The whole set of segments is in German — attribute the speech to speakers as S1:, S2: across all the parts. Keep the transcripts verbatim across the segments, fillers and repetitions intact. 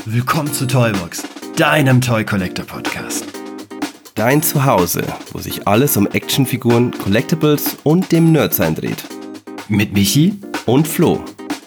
S1: Willkommen zu Toybox, deinem Toy Collector Podcast.
S2: Dein Zuhause, wo sich alles um Actionfiguren, Collectibles und dem Nerdsein dreht.
S1: Mit Michi
S2: und Flo.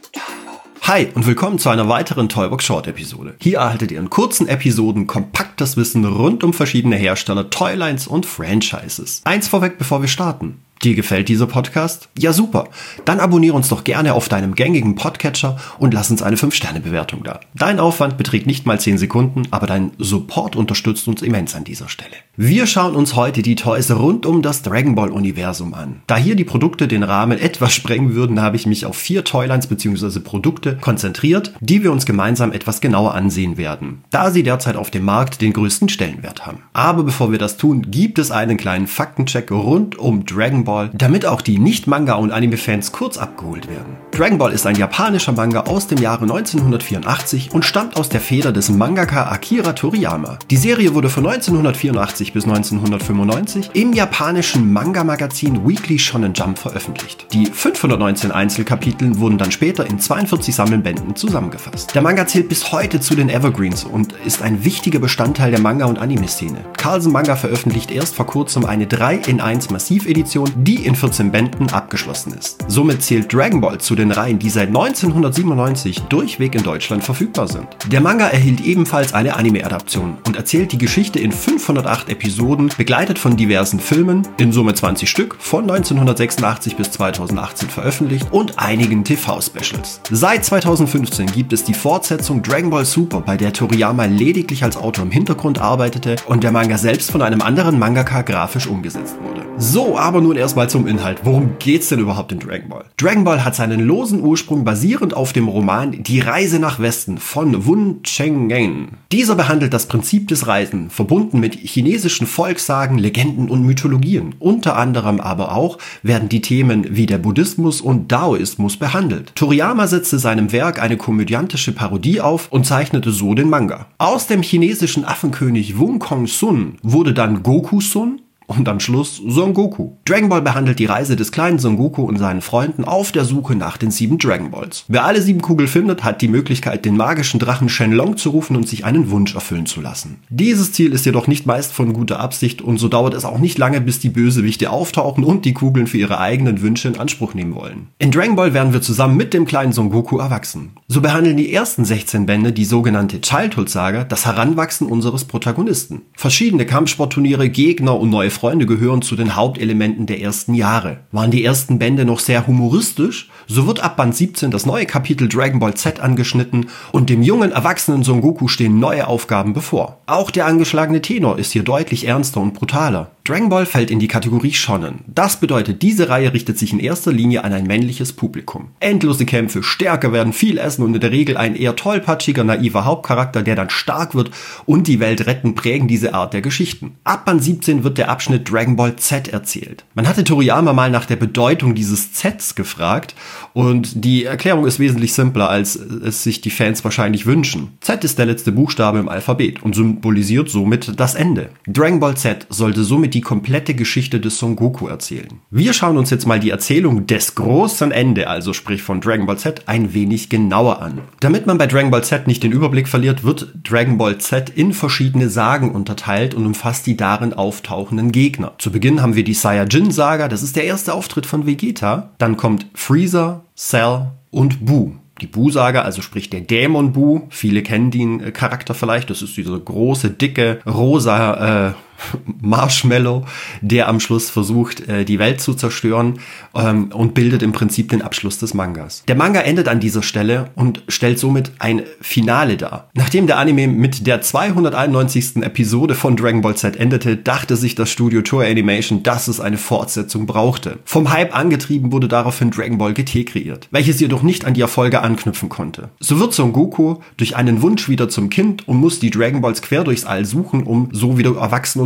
S1: Hi und willkommen zu einer weiteren Toybox Short Episode. Hier erhaltet ihr in kurzen Episoden kompaktes Wissen rund um verschiedene Hersteller, Toylines und Franchises. Eins vorweg, bevor wir starten. Dir gefällt dieser Podcast? Ja super, dann abonniere uns doch gerne auf deinem gängigen Podcatcher und lass uns eine fünf Sterne Bewertung da. Dein Aufwand beträgt nicht mal zehn Sekunden, aber dein Support unterstützt uns immens an dieser Stelle. Wir schauen uns heute die Toys rund um das Dragon Ball Universum an. Da hier die Produkte den Rahmen etwas sprengen würden, habe ich mich auf vier Toylines bzw. Produkte konzentriert, die wir uns gemeinsam etwas genauer ansehen werden, da sie derzeit auf dem Markt den größten Stellenwert haben. Aber bevor wir das tun, gibt es einen kleinen Faktencheck rund um Dragon Ball, damit auch die Nicht-Manga- und Anime-Fans kurz abgeholt werden. Dragon Ball ist ein japanischer Manga aus dem Jahre neunzehnhundertvierundachtzig und stammt aus der Feder des Mangaka Akira Toriyama. Die Serie wurde von neunzehnhundertvierundachtzig bis neunzehnhundertfünfundneunzig im japanischen Manga-Magazin Weekly Shonen Jump veröffentlicht. Die fünfhundertneunzehn Einzelkapitel wurden dann später in zweiundvierzig Sammelbänden zusammengefasst. Der Manga zählt bis heute zu den Evergreens und ist ein wichtiger Bestandteil der Manga- und Anime-Szene. Carlsen Manga veröffentlicht erst vor kurzem eine drei in eins Massivedition, die in vierzehn Bänden abgeschlossen ist. Somit zählt Dragon Ball zu den Reihen, die seit neunzehnhundertsiebenundneunzig durchweg in Deutschland verfügbar sind. Der Manga erhielt ebenfalls eine Anime-Adaption und erzählt die Geschichte in fünfhundertacht Episoden, begleitet von diversen Filmen, in Summe zwanzig Stück, von neunzehnhundertsechsundachtzig bis zweitausendachtzehn veröffentlicht und einigen T V-Specials. Seit zweitausendfünfzehn gibt es die Fortsetzung Dragon Ball Super, bei der Toriyama lediglich als Autor im Hintergrund arbeitete und der Manga selbst von einem anderen Mangaka grafisch umgesetzt wurde. So, aber nun erstmal zum Inhalt. Worum geht's denn überhaupt in Dragon Ball? Dragon Ball hat seinen losen Ursprung basierend auf dem Roman Die Reise nach Westen von Wun Cheng-en. Dieser behandelt das Prinzip des Reisen, verbunden mit chinesischen Volkssagen, Legenden und Mythologien. Unter anderem aber auch werden die Themen wie der Buddhismus und Daoismus behandelt. Toriyama setzte seinem Werk eine komödiantische Parodie auf und zeichnete so den Manga. Aus dem chinesischen Affenkönig Wukong Sun wurde dann Goku Sun und am Schluss Son Goku. Dragon Ball behandelt die Reise des kleinen Son Goku und seinen Freunden auf der Suche nach den sieben Dragon Balls. Wer alle sieben Kugeln findet, hat die Möglichkeit, den magischen Drachen Shenlong zu rufen und sich einen Wunsch erfüllen zu lassen. Dieses Ziel ist jedoch nicht meist von guter Absicht und so dauert es auch nicht lange, bis die Bösewichte auftauchen und die Kugeln für ihre eigenen Wünsche in Anspruch nehmen wollen. In Dragon Ball werden wir zusammen mit dem kleinen Son Goku erwachsen. So behandeln die ersten sechzehn Bände die sogenannte Childhood-Saga, das Heranwachsen unseres Protagonisten. Verschiedene Kampfsportturniere, Gegner und neue Freunde gehören zu den Hauptelementen der ersten Jahre. Waren die ersten Bände noch sehr humoristisch, so wird ab Band siebzehn das neue Kapitel Dragon Ball Z angeschnitten und dem jungen, erwachsenen Son Goku stehen neue Aufgaben bevor. Auch der angeschlagene Tenor ist hier deutlich ernster und brutaler. Dragon Ball fällt in die Kategorie Shonen. Das bedeutet, diese Reihe richtet sich in erster Linie an ein männliches Publikum. Endlose Kämpfe, stärker werden, viel essen und in der Regel ein eher tollpatschiger, naiver Hauptcharakter, der dann stark wird und die Welt retten, prägen diese Art der Geschichten. Ab Band siebzehn wird der Abschnitt Dragon Ball Z erzählt. Man hatte Toriyama mal nach der Bedeutung dieses Zs gefragt und die Erklärung ist wesentlich simpler, als es sich die Fans wahrscheinlich wünschen. Z ist der letzte Buchstabe im Alphabet und symbolisiert somit das Ende. Dragon Ball Z sollte somit die komplette Geschichte des Son Goku erzählen. Wir schauen uns jetzt mal die Erzählung des großen Ende, also sprich von Dragon Ball Z, ein wenig genauer an. Damit man bei Dragon Ball Z nicht den Überblick verliert, wird Dragon Ball Z in verschiedene Sagen unterteilt und umfasst die darin auftauchenden Gegner. Zu Beginn haben wir die Saiyajin-Saga, das ist der erste Auftritt von Vegeta. Dann kommt Freezer, Cell und Buu. Die Buu-Saga, also sprich der Dämon Buu, viele kennen den Charakter vielleicht, das ist dieser große, dicke, rosa äh, Marshmallow, der am Schluss versucht, die Welt zu zerstören ähm, und bildet im Prinzip den Abschluss des Mangas. Der Manga endet an dieser Stelle und stellt somit ein Finale dar. Nachdem der Anime mit der zweihunderteinundneunzigsten Episode von Dragon Ball Z endete, dachte sich das Studio Toei Animation, dass es eine Fortsetzung brauchte. Vom Hype angetrieben wurde daraufhin Dragon Ball G T kreiert, welches jedoch nicht an die Erfolge anknüpfen konnte. So wird Son Goku durch einen Wunsch wieder zum Kind und muss die Dragon Balls quer durchs All suchen, um so wieder erwachsen und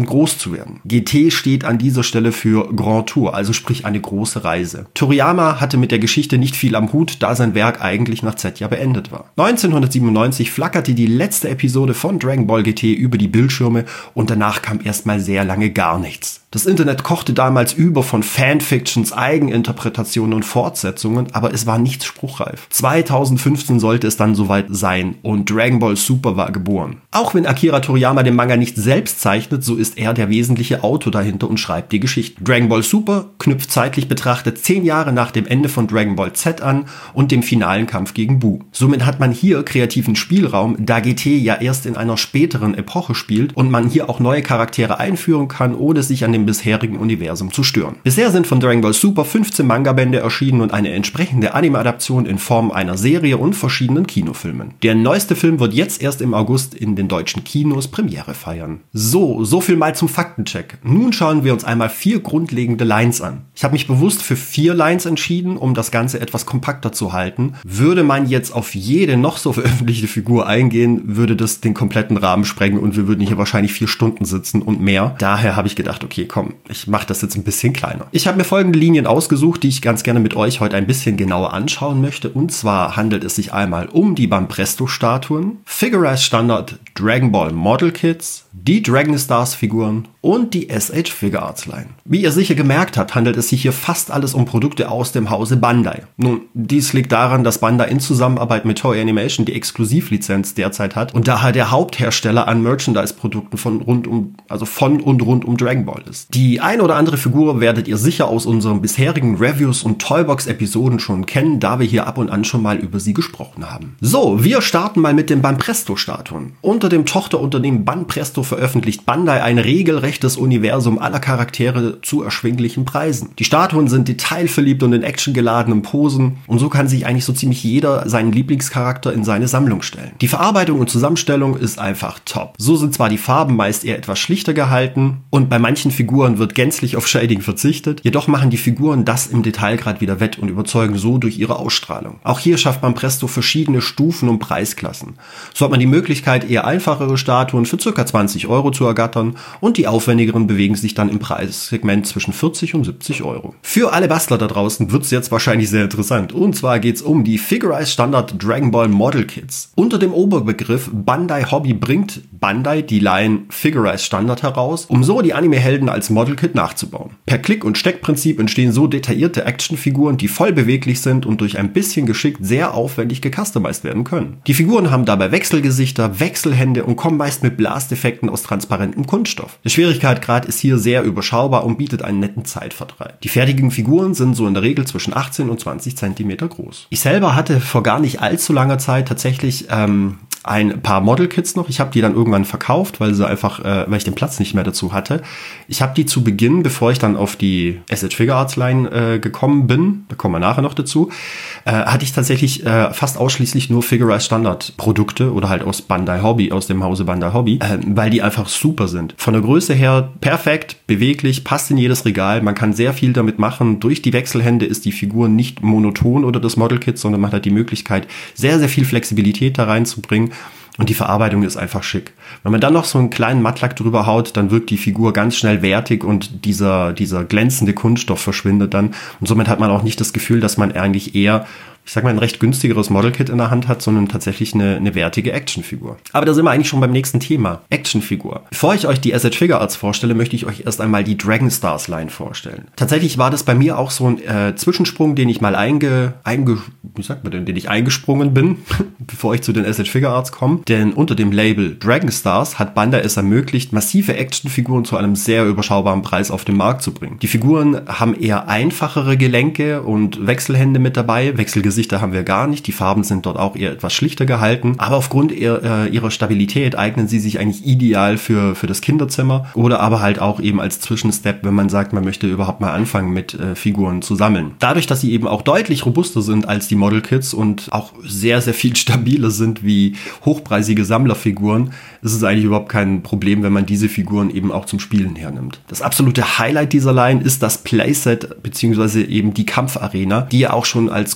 S1: und groß zu werden. G T steht an dieser Stelle für Grand Tour, also sprich eine große Reise. Toriyama hatte mit der Geschichte nicht viel am Hut, da sein Werk eigentlich nach Z ja beendet war. neunzehnhundertsiebenundneunzig flackerte die letzte Episode von Dragon Ball G T über die Bildschirme und danach kam erstmal sehr lange gar nichts. Das Internet kochte damals über von Fanfictions, Eigeninterpretationen und Fortsetzungen, aber es war nichts spruchreif. zweitausendfünfzehn sollte es dann soweit sein und Dragon Ball Super war geboren. Auch wenn Akira Toriyama den Manga nicht selbst zeichnet, so ist er der wesentliche Autor dahinter und schreibt die Geschichte. Dragon Ball Super knüpft zeitlich betrachtet zehn Jahre nach dem Ende von Dragon Ball Z an und dem finalen Kampf gegen Buu. Somit hat man hier kreativen Spielraum, da G T ja erst in einer späteren Epoche spielt und man hier auch neue Charaktere einführen kann, ohne sich an dem bisherigen Universum zu stören. Bisher sind von Dragon Ball Super fünfzehn Manga-Bände erschienen und eine entsprechende Anime-Adaption in Form einer Serie und verschiedenen Kinofilmen. Der neueste Film wird jetzt erst im August in den deutschen Kinos Premiere feiern. So, so viel mal zum Faktencheck. Nun schauen wir uns einmal vier grundlegende Lines an. Ich habe mich bewusst für vier Lines entschieden, um das Ganze etwas kompakter zu halten. Würde man jetzt auf jede noch so veröffentlichte Figur eingehen, würde das den kompletten Rahmen sprengen und wir würden hier wahrscheinlich vier Stunden sitzen und mehr. Daher habe ich gedacht, okay, komm, ich mache das jetzt ein bisschen kleiner. Ich habe mir folgende Linien ausgesucht, die ich ganz gerne mit euch heute ein bisschen genauer anschauen möchte. Und zwar handelt es sich einmal um die Banpresto-Statuen, Figure Standard Dragon Ball Model Kits, die Dragon Stars Figuren und die S H Figuarts Line. Wie ihr sicher gemerkt habt, handelt es sich hier fast alles um Produkte aus dem Hause Bandai. Nun, dies liegt daran, dass Bandai in Zusammenarbeit mit Toei Animation die Exklusivlizenz derzeit hat und daher der Haupthersteller an Merchandise-Produkten von rund um, also von und rund um Dragon Ball ist. Die ein oder andere Figur werdet ihr sicher aus unseren bisherigen Reviews und Toybox-Episoden schon kennen, da wir hier ab und an schon mal über sie gesprochen haben. So, wir starten mal mit den Banpresto-Statuen. Unter dem Tochterunternehmen Banpresto veröffentlicht Bandai ein regelrechtes Universum aller Charaktere zu erschwinglichen Preisen. Die Statuen sind detailverliebt und in actiongeladenen Posen und so kann sich eigentlich so ziemlich jeder seinen Lieblingscharakter in seine Sammlung stellen. Die Verarbeitung und Zusammenstellung ist einfach top. So sind zwar die Farben meist eher etwas schlichter gehalten und bei manchen Figuren wird gänzlich auf Shading verzichtet, jedoch machen die Figuren das im Detailgrad wieder wett und überzeugen so durch ihre Ausstrahlung. Auch hier schafft Banpresto verschiedene Stufen und Preisklassen. So hat man die Möglichkeit, eher einfachere Statuen für ca. zwanzig Euro zu ergattern und die aufwendigeren bewegen sich dann im Preissegment zwischen vierzig und siebzig Euro. Für alle Bastler da draußen wird es jetzt wahrscheinlich sehr interessant und zwar geht es um die Figure Standard Dragon Ball Model Kits. Unter dem Oberbegriff Bandai Hobby bringt Bandai die Line Figure Standard heraus, um so die Anime-Helden als Model Kit nachzubauen. Per Klick- und Steckprinzip entstehen so detaillierte Actionfiguren, die voll beweglich sind und durch ein bisschen Geschick sehr aufwendig gecustomized werden können. Die Figuren haben dabei Wechselgesichter, Wechselhände und kommen meist mit Blasteffekten aus transparentem Kunststoff. Der Schwierigkeitsgrad ist hier sehr überschaubar und bietet einen netten Zeitvertreib. Die fertigen Figuren sind so in der Regel zwischen achtzehn und zwanzig Zentimeter groß. Ich selber hatte vor gar nicht allzu langer Zeit tatsächlich ähm, ein paar Model-Kits noch. Ich habe die dann irgendwann verkauft, weil sie einfach, äh, weil ich den Platz nicht mehr dazu hatte. Ich habe die zu Beginn, bevor ich dann auf die S H Figuarts Line äh, gekommen bin, da kommen wir nachher noch dazu, äh, hatte ich tatsächlich äh, fast ausschließlich nur Figure Standard Produkte oder halt aus Bandai Hobby, aus dem Hause Bandai Hobby, äh, weil die einfach super sind. Von der Größe her perfekt, beweglich, passt in jedes Regal. Man kann sehr viel damit machen. Durch die Wechselhände ist die Figur nicht monoton oder das Model-Kit, sondern man hat die Möglichkeit, sehr, sehr viel Flexibilität da reinzubringen. Und die Verarbeitung ist einfach schick. Wenn man dann noch so einen kleinen Mattlack drüber haut, dann wirkt die Figur ganz schnell wertig und dieser, dieser glänzende Kunststoff verschwindet dann. Und somit hat man auch nicht das Gefühl, dass man eigentlich eher, ich sag mal, ein recht günstigeres Model-Kit in der Hand hat, sondern tatsächlich eine, eine wertige Actionfigur. Aber da sind wir eigentlich schon beim nächsten Thema. Actionfigur. Bevor ich euch die S H Figuarts vorstelle, möchte ich euch erst einmal die Dragon Stars Line vorstellen. Tatsächlich war das bei mir auch so ein äh, Zwischensprung, den ich mal einge, einge, wie sagt man denn, den ich eingesprungen bin, bevor ich zu den S H Figuarts komme. Denn unter dem Label Dragon Stars hat Bandai es ermöglicht, massive Actionfiguren zu einem sehr überschaubaren Preis auf den Markt zu bringen. Die Figuren haben eher einfachere Gelenke und Wechselhände mit dabei, Wechselgesichter haben wir gar nicht, die Farben sind dort auch eher etwas schlichter gehalten, aber aufgrund ihrer, äh, ihrer Stabilität eignen sie sich eigentlich ideal für, für das Kinderzimmer oder aber halt auch eben als Zwischenstep, wenn man sagt, man möchte überhaupt mal anfangen mit äh, Figuren zu sammeln. Dadurch, dass sie eben auch deutlich robuster sind als die Model Kits und auch sehr, sehr viel stabiler sind wie hochpreisige Sammlerfiguren, ist es eigentlich überhaupt kein Problem, wenn man diese Figuren eben auch zum Spielen hernimmt. Das absolute Highlight dieser Line ist das Playset beziehungsweise eben die Kampfarena, die ja auch schon als Kulisse für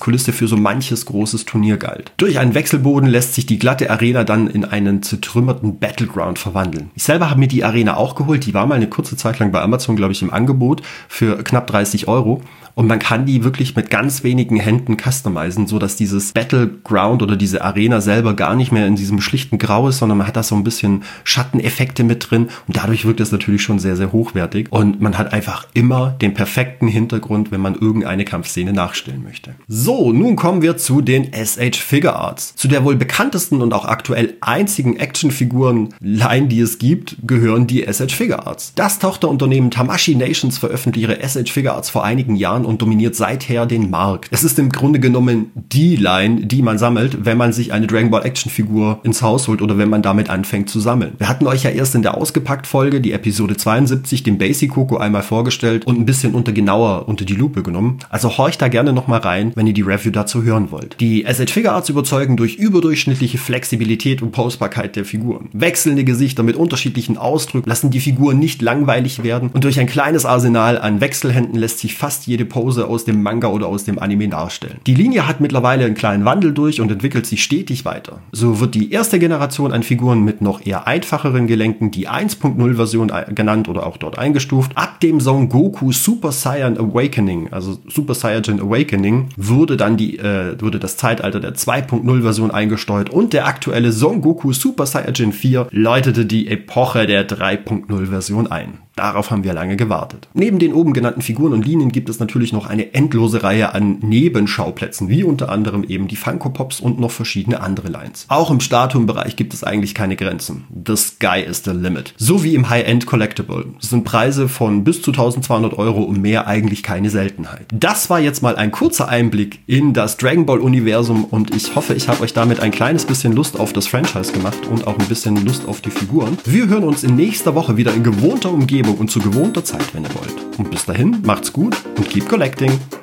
S1: so manches großes Turnier galt. Durch einen Wechselboden lässt sich die glatte Arena dann in einen zertrümmerten Battleground verwandeln. Ich selber habe mir die Arena auch geholt, die war mal eine kurze Zeit lang bei Amazon, glaube ich, im Angebot für knapp dreißig Euro. Und man kann die wirklich mit ganz wenigen Händen customizen, so dass dieses Battleground oder diese Arena selber gar nicht mehr in diesem schlichten Grau ist, sondern man hat da so ein bisschen Schatteneffekte mit drin und dadurch wirkt es natürlich schon sehr, sehr hochwertig. Und man hat einfach immer den perfekten Hintergrund, wenn man irgendeine Kampfszene nachstellen möchte. So, nun kommen wir zu den S H Figure Arts. Zu der wohl bekanntesten und auch aktuell einzigen Actionfiguren-Line, die es gibt, gehören die S H Figure Arts. Das Tochterunternehmen Tamashii Nations veröffentlicht ihre S H Figure Arts vor einigen Jahren und dominiert seither den Markt. Es ist im Grunde genommen die Line, die man sammelt, wenn man sich eine Dragon Ball Actionfigur ins Haus holt oder wenn man damit anfängt zu sammeln. Wir hatten euch ja erst in der Ausgepackt-Folge, die Episode zweiundsiebzig, den Basic Goku einmal vorgestellt und ein bisschen unter genauer unter die Lupe genommen. Also horcht da gerne nochmal rein, wenn ihr die Review dazu hören wollt. Die S H Figure Arts überzeugen durch überdurchschnittliche Flexibilität und Postbarkeit der Figuren. Wechselnde Gesichter mit unterschiedlichen Ausdrücken lassen die Figuren nicht langweilig werden und durch ein kleines Arsenal an Wechselhänden lässt sich fast jede Pose aus dem Manga oder aus dem Anime darstellen. Die Linie hat mittlerweile einen kleinen Wandel durch und entwickelt sich stetig weiter. So wird die erste Generation an Figuren mit noch eher einfacheren Gelenken, die eins Punkt null Version genannt oder auch dort eingestuft. Ab dem Son Goku Super Saiyan Awakening, also Super Saiyajin Awakening, wurde dann die, äh, wurde das Zeitalter der zwei Punkt null Version eingesteuert und der aktuelle Son Goku Super Saiyajin vier läutete die Epoche der drei Punkt null Version ein. Darauf haben wir lange gewartet. Neben den oben genannten Figuren und Linien gibt es natürlich noch eine endlose Reihe an Nebenschauplätzen, wie unter anderem eben die Funko Pops und noch verschiedene andere Lines. Auch im Statuen-Bereich gibt es eigentlich keine Grenzen. The sky is the limit. So wie im High-End Collectible. Es sind Preise von bis zu zwölfhundert Euro und mehr eigentlich keine Seltenheit. Das war jetzt mal ein kurzer Einblick in das Dragon Ball Universum und ich hoffe, ich habe euch damit ein kleines bisschen Lust auf das Franchise gemacht und auch ein bisschen Lust auf die Figuren. Wir hören uns in nächster Woche wieder in gewohnter Umgebung und zu gewohnter Zeit, wenn ihr wollt. Und bis dahin, macht's gut und keep collecting.